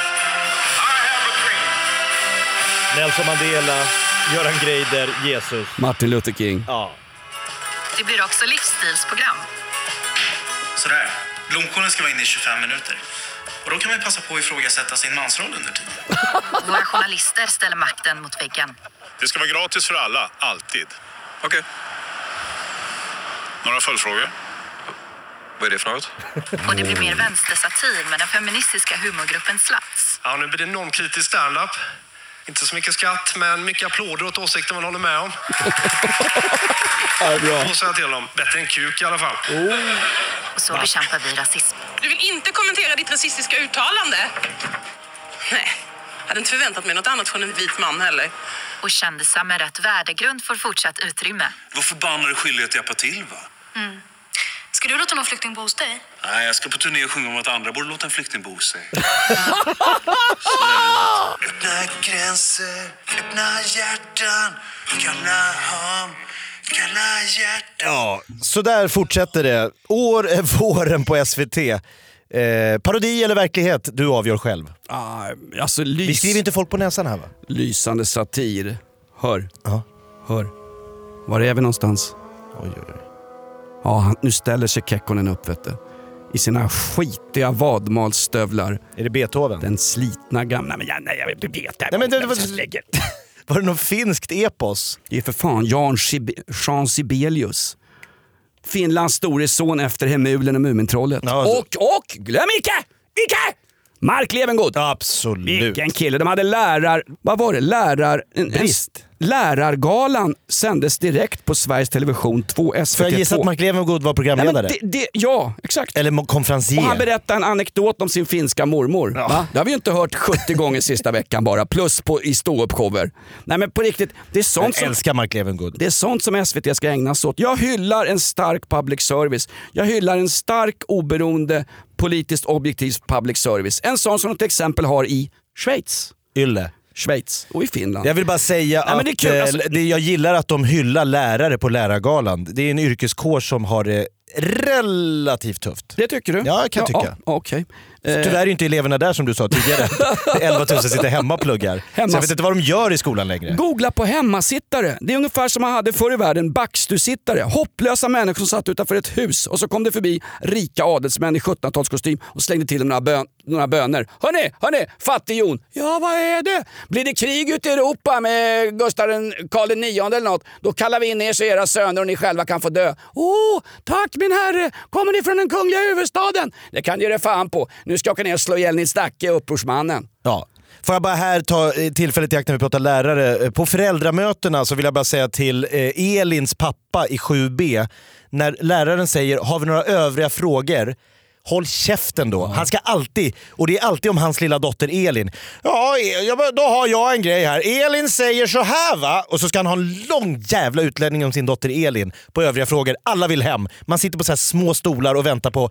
Nelson Mandela, Göran Greider, Jesus. Martin Luther King. Ja. Det blir också livsstilsprogram. Sådär, blomkornen ska vara inne i tjugofem minuter. Och då kan man passa på att ifrågasätta sin mansroll under tiden. Våra journalister ställer makten mot väggen. Det ska vara gratis för alla, alltid. Okej. Okay. Några följdfrågor? Vad är det för något? Och det blir mer vänstersatir med den feministiska humorgruppen Slats. Ja, nu blir det normkritisk stand-up. Inte så mycket skatt, men mycket applåder åt åsikter man håller med om. Ja, bra. Och säga till dem, bättre än kuk i alla fall. Oh. Och så bekämpar vi rasism. Du vill inte kommentera ditt rasistiska uttalande? Nej, jag hade inte förväntat mig något annat från en vit man heller. Och kändisar med rätt värdegrund får fortsatt utrymme. Vad förbannade skyldighet att hjälpa till, va? Mm. Ska du låta någon flykting bo hos dig? Nej, jag ska på turné och sjunga om att andra borde låta en flykting bo hos sig. Öppna gränser, öppna hjärtan, kalla ham, kalla hjärtan. Ja, så där fortsätter det. År är våren på S V T. Eh, parodi eller verklighet, du avgör själv. Ah, alltså lys... Vi skriver inte folk på näsan här, va? Lysande satir. Hör. Ja. Hör. Var är vi någonstans? Oj, oj, oj. Ja, han, nu ställer sig Kekkonen upp, vet du. I sina skitiga vadmalsstövlar. Är det Beethoven? Den slitna gamla... Men jag, nej, jag vet inte. Nej, men det, det var, var det någon finskt epos? Det är för fan Jan Jean Sibelius. Finlands store son efter Hemulen och Mumintrollet. Ja, alltså. Och, och, glöm icke! Icke! Mark Levengood. Absolut. Vilken kille. De hade lärar... Vad var det? Lärar... En, Brist. Lärargalan sändes direkt på Sveriges Television två, S V T två. För jag gissar att Mark Levengood var programledare? Nej, det, det, ja, exakt. Eller konferencier. Och han berättade en anekdot om sin finska mormor. Ja. Va? Det har vi ju inte hört sjuttio gånger sista veckan bara. Plus på, i ståuppshower. Nej men på riktigt, det är sånt jag som... älskar Mark Levengood. Det är sånt som S V T ska ägna sig åt. Jag hyllar en stark public service. Jag hyllar en stark, oberoende, politiskt objektiv public service. En sån som de till exempel har i Schweiz. Ylle. Schweiz och i Finland. Jag vill bara säga Nej, att det är kul. Alltså, det, jag gillar att de hyllar lärare på lärargalan. Det är en yrkeskår som har det relativt tufft. Det tycker du? Ja, jag kan ja, tycka. Ja, okay. Tyvärr är ju inte eleverna där som du sa tidigare. elva tusen sitter hemma och pluggar. Hemma. Så jag vet inte vad de gör i skolan längre. Googla på hemmasittare. Det är ungefär som man hade förr i världen backstusittare. Hopplösa människor som satt utanför ett hus och så kom det förbi rika adelsmän i sjuttonhundratalskostym och slängde till dem några, bön, några böner. Hörrni, hörni, fattig Jon. Ja, vad är det? Blir det krig ute i Europa med Gustav Karl den nionde eller något, då kallar vi in er så era söner och ni själva kan få dö. Åh, oh, tack min herre. Kommer ni från den kungliga huvudstaden? Det kan ge det fan på. Nu ska jag åka ner och slå ihjäl Nils Dacke, upprorsmannen. Ja. Får jag bara här ta tillfället i akt när vi pratar lärare. På föräldramötena så vill jag bara säga till eh, Elins pappa i sju B, när läraren säger har vi några övriga frågor, håll käften då. Han ska alltid, och det är alltid om hans lilla dotter Elin. Ja, då har jag en grej här. Elin säger så här va? Och så ska han ha en lång jävla utläggning om sin dotter Elin på övriga frågor. Alla vill hem. Man sitter på så här små stolar och väntar på...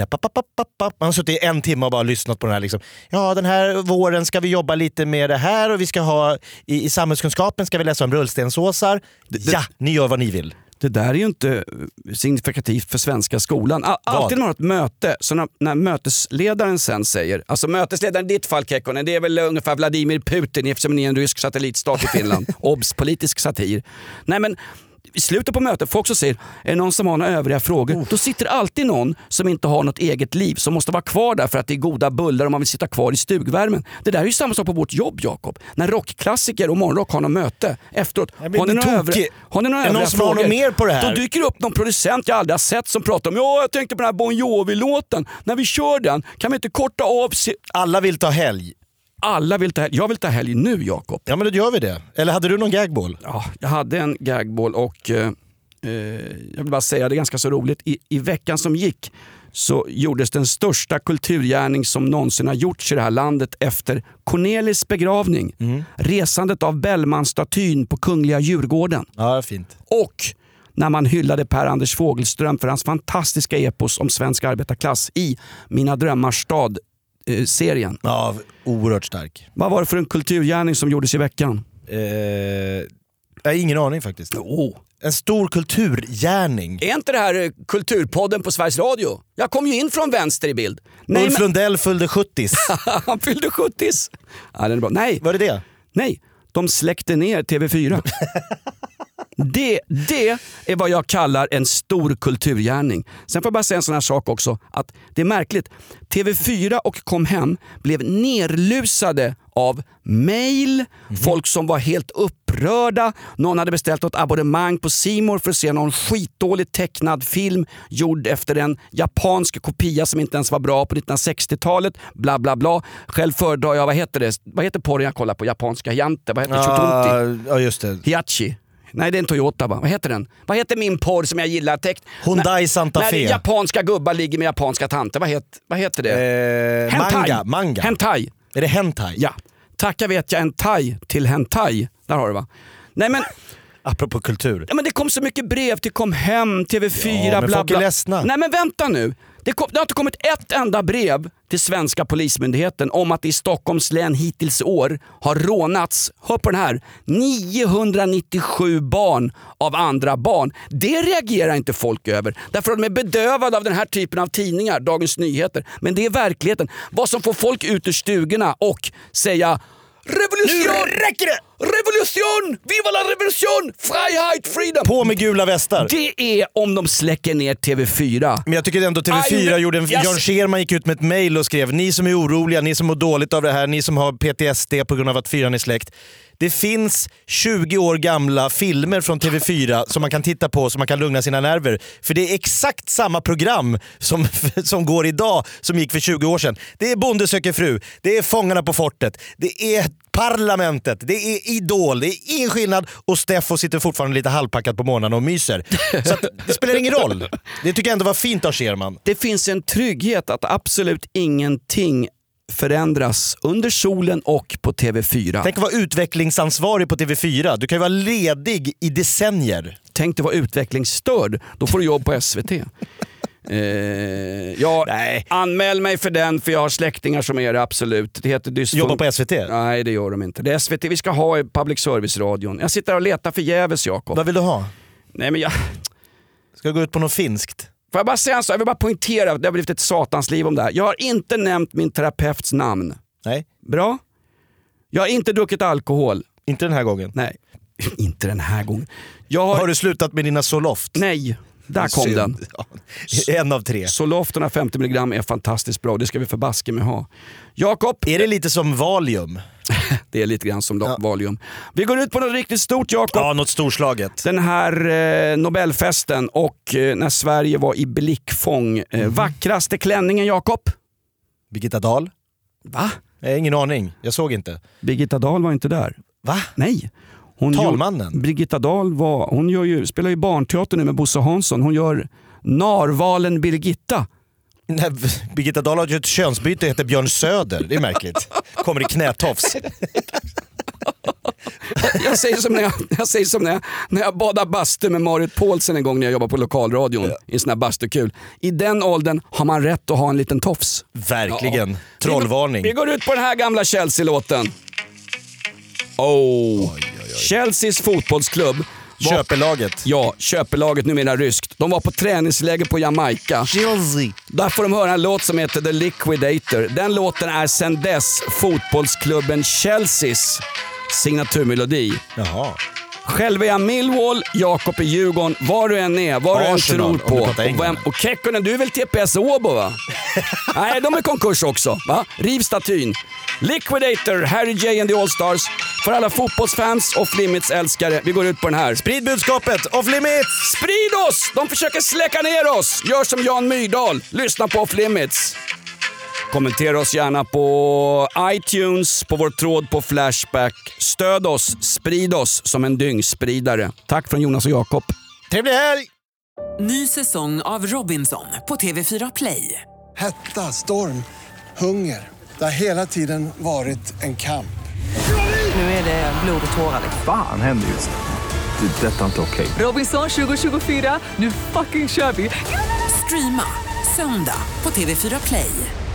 Man har suttit i en timme och bara lyssnat på den här liksom. Ja, den här våren ska vi jobba lite med det här och vi ska ha i, i samhällskunskapen ska vi läsa om rullstensåsar. Ja, ni gör vad ni vill. Det där är ju inte signifikativt för svenska skolan. All, alltid när man har ett möte, så när, när mötesledaren sen säger, alltså mötesledaren i ditt fall Kekkonen, det är väl ungefär Vladimir Putin eftersom ni är en rysk satellitstat i Finland. Obs, politisk satir. Nej men i slutet på mötet, folk som säger, är det någon som har några övriga frågor? Oh. Då sitter alltid någon som inte har något eget liv, som måste vara kvar där för att det är goda bullar och man vill sitta kvar i stugvärmen. Det där är ju samma sak på vårt jobb, Jakob. När rockklassiker och morgonrock har något möte efteråt. Har ni några övriga, har ni några är övriga någon som frågor? har något mer på det här? Då dyker det upp någon producent jag aldrig har sett som pratar om, ja jag tänkte på den här Bon Jovi-låten. När vi kör den, kan vi inte korta av... Se- Alla vill ta helg. Alla vill ta helg. Jag vill ta helg nu, Jakob. Ja men då gör vi det. Eller hade du någon gagball? Ja, jag hade en gagball och... Eh, jag vill bara säga, det är ganska så roligt. I, I veckan som gick så gjordes den största kulturgärning som någonsin har gjorts i det här landet efter Cornelis begravning. Mm. Resandet av Bellman-statyn på Kungliga Djurgården. Ja, fint. Och när man hyllade Per-Anders Fogelström för hans fantastiska epos om svensk arbetarklass i Mina drömmars stad-serien. Ja, oerhört stark. Vad var det för en kulturgärning som gjordes i veckan? Eh, jag har ingen aning faktiskt. Oh. En stor kulturgärning. Är inte det här Kulturpodden på Sveriges Radio? Jag kom ju in från vänster i bild. Nej, Ulf men... Lundell fyllde sjuttio. Han fyllde sjuttio. Ja, den är bra. Nej. Var det det? Nej, de släckte ner T V fyra. Det, det är vad jag kallar en stor kulturgärning. Sen får jag bara säga en sån här sak också, att det är märkligt. T V fyra och Kom hem blev nerlusade av mail, mm-hmm. folk som var helt upprörda. Någon hade beställt ett abonnemang på C More för att se någon skitdåligt tecknad film gjord efter en japansk kopia som inte ens var bra på nittonhundrasextiotalet. Bla bla bla. Själv föredrar jag, vad heter det? Vad heter porren jag kollar på? Japanska Hyante? Vad heter ah, ja, just det. Hiachi. Nej, det är en Toyota va? Vad heter den? Vad heter min porr som jag gillar täckt? Hyundai när, Santa Fe. När japanska gubbar ligger med japanska tanter. Vad, het, vad heter det? Eh, hentai. Manga, manga. Hentai. Är det hentai? Ja. Tacka vet jag en thai till hentai. Där har du va? Nej men... Apropå kultur. Ja, men det kom så mycket brev till Kom hem, T V fyra, ja, men bla folk bla. är ledsna. Nej men vänta nu. Det, kom, det har inte kommit ett enda brev till svenska polismyndigheten om att i Stockholms län hittills år har rånats, hör på den här, niohundranittiosju barn av andra barn. Det reagerar inte folk över. Därför att de är bedövade av den här typen av tidningar, Dagens Nyheter. Men det är verkligheten. Vad som får folk ut ur stugorna och säga revolution! Nu räcker det! Revolution! Viva la revolution! Frihet, freedom! På med gula västar. Det är om de släcker ner T V fyra. Men jag tycker ändå T V fyra I, gjorde en... Yes. Jan Scherman gick ut med ett mejl och skrev: ni som är oroliga, ni som mår dåligt av det här, ni som har P T S D på grund av att fyran är släckt. Det finns tjugo år gamla filmer från T V fyra som man kan titta på, som man kan lugna sina nerver. För det är exakt samma program som, som går idag som gick för tjugo år sedan. Det är Bonde söker fru, det är Fångarna på fortet, det är Parlamentet, det är Idol, det är ingen skillnad och Steffo sitter fortfarande lite halvpackad på morgonen och myser. Så att det spelar ingen roll. Det tycker jag ändå var fint av Scherman. Det finns en trygghet att absolut ingenting förändras under solen och på T V fyra. Tänk att vara utvecklingsansvarig på T V fyra. Du kan ju vara ledig i decennier. Tänk att vara utvecklingsstörd. Då får du jobb på S V T. eh, ja, Nej. Anmäl mig för den, för jag har släktingar som är det, absolut. Det heter dysfun- Jobbar på S V T? Nej, det gör de inte. Det är S V T vi ska ha i public service-radion. Jag sitter och letar för jäves, Jakob. Vad vill du ha? Nej, men jag... Ska jag gå ut på något finskt? Får jag bara säga så? Jag vill bara poängtera att det har blivit ett satans liv om det här. Jag har inte nämnt min terapeuts namn. Nej. Bra. Jag har inte druckit alkohol. Inte den här gången? Nej, inte den här gången. Jag har... har du slutat med dina Zoloft? Nej, där kom Synd. den. Ja. En av tre. Zoloft femtio milligram är fantastiskt bra. Det ska vi förbaska med ha. Jakob. Är det lite som Valium? Det är lite grann som ja. Valium. Vi går ut på något riktigt stort, Jakob. Ja, något storslaget. Den här eh, Nobelfesten och eh, när Sverige var i blickfång. Eh, mm. Vackraste klänningen, Jakob? Birgitta Dahl. Va? Jag har ingen aning. Jag såg inte. Birgitta Dahl var inte där. Va? Nej. Hon Talmannen? Gör, Birgitta Dahl var, hon gör ju, spelar ju barnteater nu med Bosse Hansson. Hon gör Narvalen Birgitta. Nej, Birgitta Dahl har ju ett könsbyte och heter Björn Söder. Det är märkligt. Kommer i knätofs. Jag säger som när jag, jag, säger som när jag, när jag badade bastu med Marit Paulsen en gång när jag jobbade på lokalradion. Ja. I en sån här bastukul. I den åldern har man rätt att ha en liten tofs. Verkligen. Ja. Trollvarning. Vi, vi går ut på den här gamla Chelsea-låten. Oh. Oj, oj, oj. Chelseas fotbollsklubb. Var, Köpelaget. Ja, köpelaget, numera ryskt. De var på träningsläger på Jamaica. Chelsea. Där får de höra en låt som heter The Liquidator. Den låten är sedan dess fotbollsklubben Chelseas signaturmelodi. Jaha. Själv är jag Millwall, Jakob är Djurgården. Var du än är, var du än tror på. Och, vem, och Kekkonen, du är väl T P S Åbo, va? Nej, de är konkurs också, va? Riv statyn. Liquidator, Harry J and the All-Stars. För alla fotbollsfans och Limits älskare. Vi går ut på den här. Sprid budskapet, Off Limits! Sprid oss! De försöker släcka ner oss. Gör som Jan Myrdal. Lyssna på Off Limits. Kommentera oss gärna på iTunes, på vår tråd på Flashback. Stöd oss, sprid oss som en dyngspridare. Tack från Jonas och Jakob. Trevlig helg! Ny säsong av Robinson på T V fyra Play. Hetta, storm, hunger. Det har hela tiden varit en kamp. Nu är det blod och tårar. Fan händer just det. Det är detta inte okej. Robinson tjugo tjugofyra, nu fucking kör vi. Streama söndag på T V fyra Play.